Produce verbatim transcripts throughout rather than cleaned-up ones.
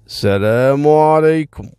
السلام عليكم.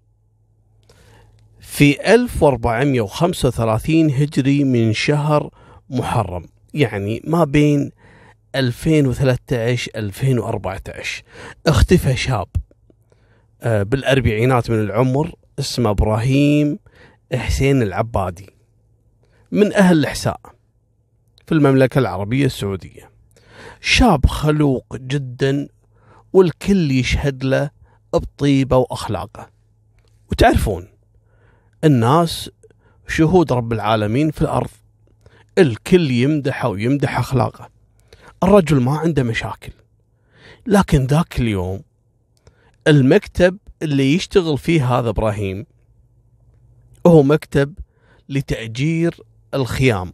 في ألف وأربعمئة وخمسة وثلاثين هجري من شهر محرم، يعني ما بين ألفين وثلاثة عشر ألفين وأربعة عشر، اختفى شاب بالأربعينات من العمر اسمه إبراهيم حسين العبادي من أهل الإحساء في المملكة العربية السعودية. شاب خلوق جدا والكل يشهد له بطيبه وأخلاقه، وتعرفون الناس شهود رب العالمين في الأرض، الكل يمدحه ويمدح أخلاقه. الرجل ما عنده مشاكل، لكن ذاك اليوم المكتب اللي يشتغل فيه هذا إبراهيم هو مكتب لتأجير الخيام.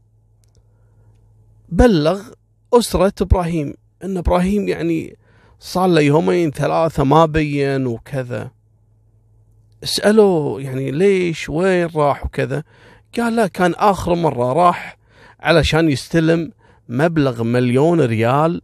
بلغ أسرة إبراهيم أن إبراهيم يعني صار له يومين ثلاثة ما بين وكذا. اسألوا يعني ليش، وين راح وكذا. قال لا، كان آخر مرة راح علشان يستلم مبلغ مليون ريال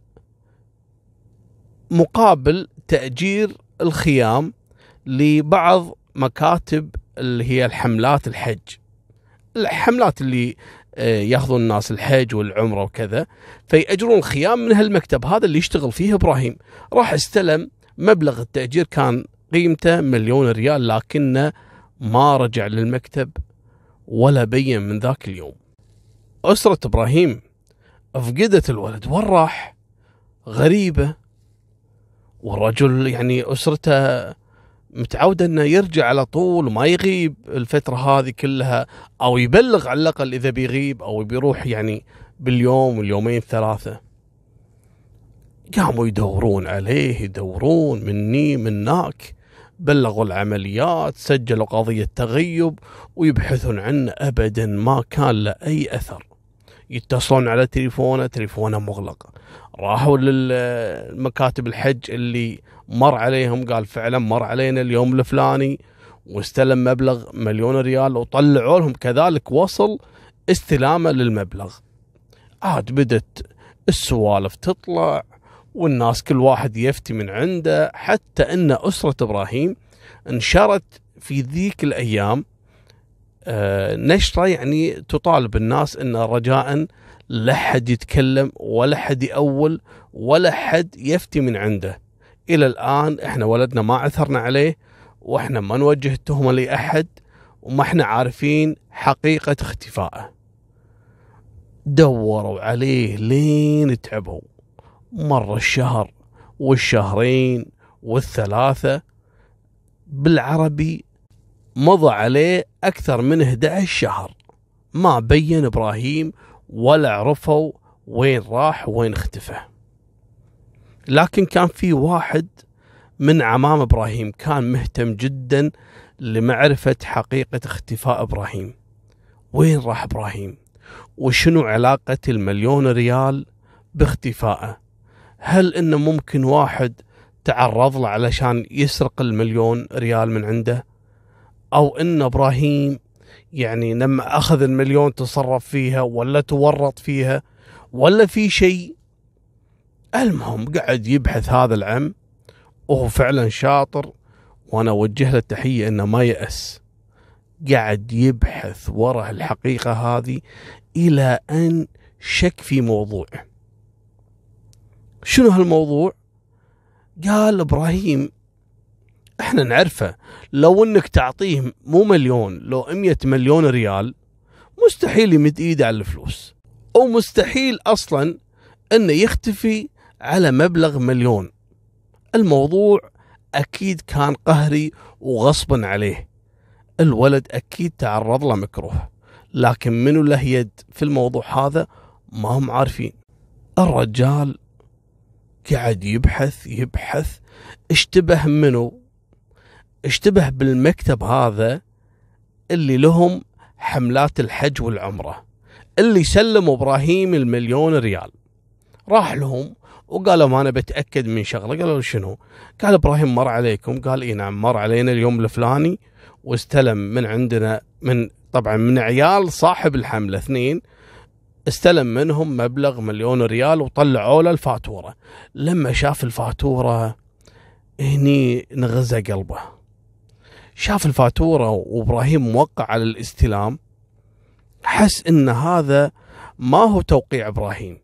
مقابل تأجير الخيام لبعض مكاتب اللي هي الحملات الحج، الحملات اللي ياخذون الناس الحج والعمرة وكذا، فيأجرون الخيام من هالمكتب هذا اللي يشتغل فيه إبراهيم. راح استلم مبلغ التأجير كان قيمته مليون ريال، لكنه ما رجع للمكتب ولا بين من ذاك اليوم. أسرة إبراهيم فقدت الولد، وين راح؟ غريبة. والرجل يعني أسرته متعودة أنه يرجع على طول وما يغيب الفترة هذه كلها، أو يبلغ على الأقل إذا بيغيب أو بيروح يعني باليوم واليومين ثلاثة. قاموا يدورون عليه، يدورون مني مناك، بلغوا العمليات، سجلوا قضية تغيب ويبحثون عنه، أبدا ما كان له أي أثر. يتصلون على تليفونه، تليفونه مغلق. راحوا للمكاتب الحج اللي مر عليهم، قال فعلا مر علينا اليوم الفلاني واستلم مبلغ مليون ريال، وطلعوا لهم كذلك وصل استلامه للمبلغ. عاد بدت السوالف تطلع والناس كل واحد يفتي من عنده، حتى ان أسرة إبراهيم انشرت في ذيك الأيام آه نشرة يعني تطالب الناس ان رجاء لا حد يتكلم ولا حد يأول ولا حد يفتي من عنده. إلى الآن إحنا ولدنا ما عثرنا عليه، وإحنا ما نوجه التهمة لأحد، وما إحنا عارفين حقيقة اختفائه. دوروا عليه لين تعبوا، مر الشهر والشهرين والثلاثة، بالعربي مضى عليه أكثر من أحد عشر شهر ما بين إبراهيم ولا عرفوا وين راح وين اختفى. لكن كان في واحد من عمام إبراهيم كان مهتم جدا لمعرفة حقيقة اختفاء إبراهيم. وين راح إبراهيم؟ وشنو علاقة المليون ريال باختفائه؟ هل إنه ممكن واحد تعرض له علشان يسرق المليون ريال من عنده؟ أو إن إبراهيم يعني لما أخذ المليون تصرف فيها ولا تورط فيها ولا في شيء؟ المهم قاعد يبحث هذا العم، وهو فعلا شاطر، وأنا أوجه له التحية إنه ما يأس. قاعد يبحث وراء الحقيقة هذه إلى أن شك في موضوع. شنو هالموضوع؟ قال إبراهيم احنا نعرفه، لو انك تعطيه مو مليون لو مية مليون ريال مستحيل يمد ايده على الفلوس، او مستحيل اصلا انه يختفي على مبلغ مليون. الموضوع اكيد كان قهري وغصبا عليه، الولد اكيد تعرض له مكروه، لكن منو له يد في الموضوع هذا ما هم عارفين. الرجال قاعد يبحث يبحث، اشتبه منو؟ اشتبه بالمكتب هذا اللي لهم حملات الحج والعمرة، اللي سلموا إبراهيم المليون ريال. راح لهم وقالوا ما أنا بتأكد من شغلة. قالوا شنو؟ قال إبراهيم مر عليكم؟ قال إيه نعم مر علينا اليوم الفلاني واستلم من عندنا، من طبعا من عيال صاحب الحملة اثنين، استلم منهم مبلغ مليون ريال وطلعوا له الفاتورة. لما شاف الفاتورة هني نغزى قلبه، شاف الفاتورة وإبراهيم موقع على الاستلام، حس إن هذا ما هو توقيع إبراهيم،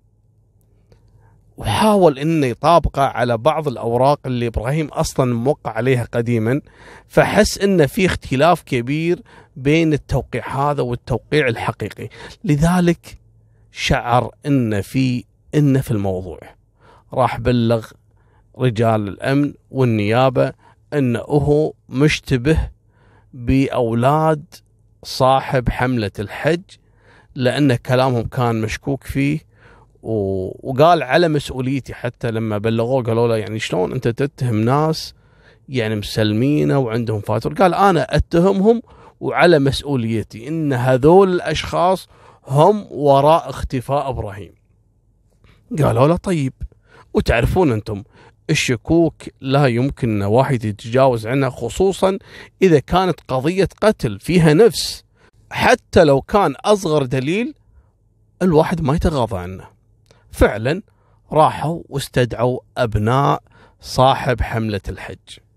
وحاول إنه يطابقه على بعض الأوراق اللي إبراهيم أصلا موقع عليها قديما، فحس إن في اختلاف كبير بين التوقيع هذا والتوقيع الحقيقي، لذلك شعر إن في إن في الموضوع. راح بلغ رجال الأمن والنيابة إنه هو مشتبه بأولاد صاحب حملة الحج، لأن كلامهم كان مشكوك فيه، وقال على مسؤوليتي. حتى لما بلغوه قالوا له يعني شلون أنت تتهم ناس يعني مسلمينه وعندهم فاتور؟ قال أنا أتهمهم وعلى مسؤوليتي إن هذول الأشخاص هم وراء اختفاء إبراهيم. قالوا له طيب، وتعرفون أنتم الشكوك لا يمكن واحد يتجاوز عنها، خصوصا إذا كانت قضية قتل فيها نفس، حتى لو كان أصغر دليل الواحد ما يتغاضى عنه. فعلا راحوا واستدعوا أبناء صاحب حملة الحج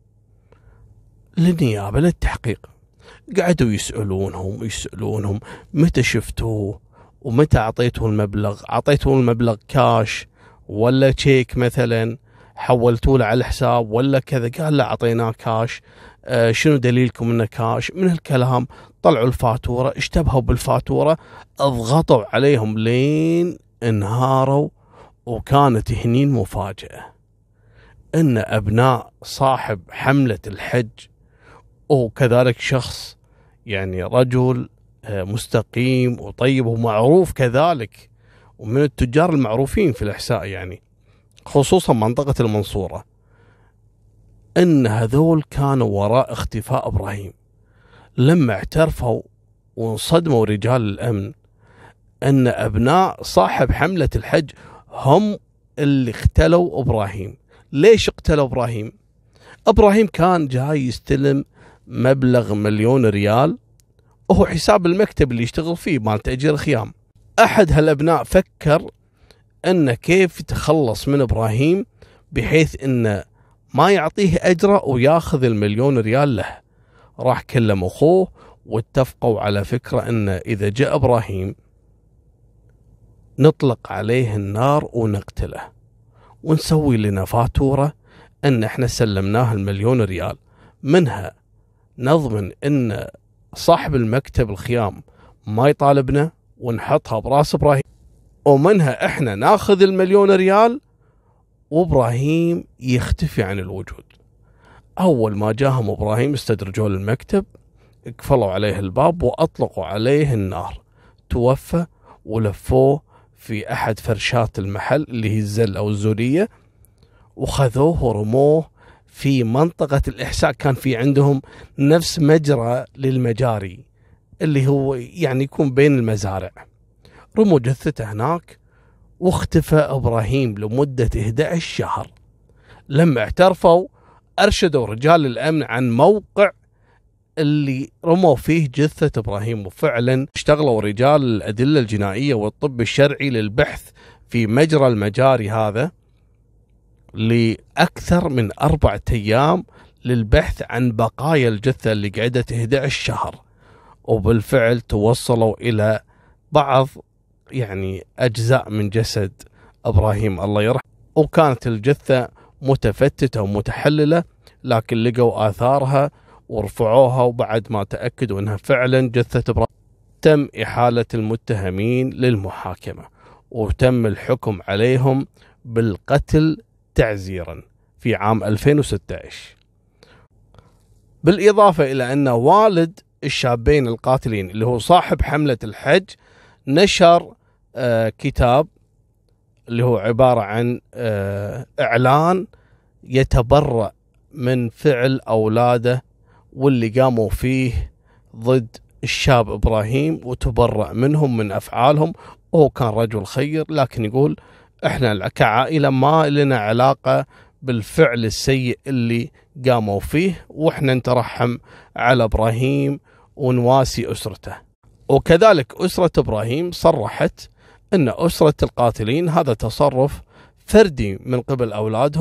للنيابة للتحقيق. قعدوا يسألونهم يسألونهم متى شفتوه ومتى أعطيته المبلغ؟ أعطيته المبلغ كاش ولا تشيك مثلا؟ حولتوا له على الحساب ولا كذا؟ قال لا أعطيناه كاش. آه شنو دليلكم انه كاش؟ من الكلام طلعوا الفاتورة، اشتبهوا بالفاتورة، اضغطوا عليهم لين انهاروا. وكانت هنين مفاجأة ان ابناء صاحب حملة الحج وكذلك شخص يعني رجل مستقيم وطيب ومعروف كذلك، ومن التجار المعروفين في الإحساء يعني خصوصا منطقة المنصورة، ان هذول كانوا وراء اختفاء إبراهيم. لما اعترفوا وانصدموا رجال الأمن ان ابناء صاحب حملة الحج هم اللي اقتلوا إبراهيم. ليش اقتلوا إبراهيم؟ إبراهيم كان جاي يستلم مبلغ مليون ريال، وهو حساب المكتب اللي يشتغل فيه مال تأجير خيام. أحد هالأبناء فكر أن كيف يتخلص من إبراهيم بحيث أنه ما يعطيه أجره وياخذ المليون ريال له. راح كلم أخوه واتفقوا على فكرة أن إذا جاء إبراهيم نطلق عليه النار ونقتله، ونسوي لنا فاتورة أن احنا سلمناه المليون ريال، منها نضمن أن صاحب المكتب الخيام ما يطالبنا ونحطها براس إبراهيم، ومنها احنا ناخذ المليون ريال وإبراهيم يختفي عن الوجود. أول ما جاهم إبراهيم استدرجوا المكتب، قفلوا عليه الباب وأطلقوا عليه النار، توفى ولفوه في أحد فرشات المحل اللي هي الزل أو الزولية، وخذوه ورموه في منطقة الإحساء. كان في عندهم نفس مجرى للمجاري اللي هو يعني يكون بين المزارع، رموا جثته هناك. واختفى إبراهيم لمدة إحدى عشر شهر. لما اعترفوا أرشدوا رجال الأمن عن موقع اللي رموا فيه جثة إبراهيم، وفعلا اشتغلوا رجال الأدلة الجنائية والطب الشرعي للبحث في مجرى المجاري هذا لأكثر من أربعة أيام للبحث عن بقايا الجثة اللي قعدت إحدى عشر شهر. وبالفعل توصلوا إلى بعض يعني أجزاء من جسد إبراهيم الله يرحمه، وكانت الجثة متفتتة ومتحللة، لكن لقوا آثارها ورفعوها، وبعد ما تأكدوا أنها فعلا جثة إبراهيم تم إحالة المتهمين للمحاكمة، وتم الحكم عليهم بالقتل تعزيرا في عام ألفين وستة عشر. بالإضافة إلى أن والد الشابين القاتلين اللي هو صاحب حملة الحج نشر آه كتاب اللي هو عبارة عن آه إعلان يتبرأ من فعل أولاده واللي قاموا فيه ضد الشاب إبراهيم، وتبرأ منهم من أفعالهم. وهو كان رجل خير، لكن يقول إحنا كعائلة ما لنا علاقة بالفعل السيء اللي قاموا فيه، وإحنا نترحم على إبراهيم ونواسي أسرته. وكذلك أسرة إبراهيم صرحت أن أسرة القاتلين هذا تصرف فردي من قبل أولادهم،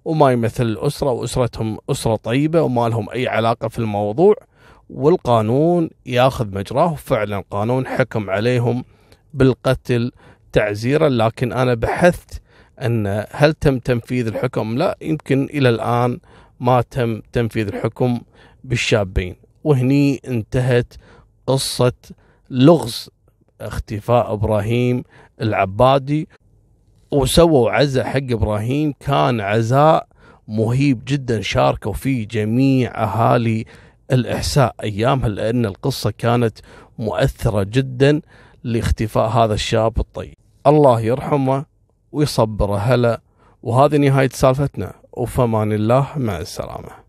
وما يمثل الأسرة، وأسرتهم أسرة طيبة وما لهم أي علاقة في الموضوع، والقانون ياخذ مجراه. وفعلا القانون حكم عليهم بالقتل تعزيرا. لكن أنا بحثت أن هل تم تنفيذ الحكم؟ لا، يمكن إلى الآن ما تم تنفيذ الحكم بالشابين. وهني انتهت قصة لغز اختفاء إبراهيم العبادي. وسووا عزاء حق إبراهيم، كان عزاء مهيب جدا، شاركوا فيه جميع أهالي الإحساء أيامها، لأن القصة كانت مؤثرة جدا لاختفاء هذا الشاب الطيب. الله يرحمه ويصبره. هلا، وهذه نهاية سالفتنا، وفمان الله، مع السلامة.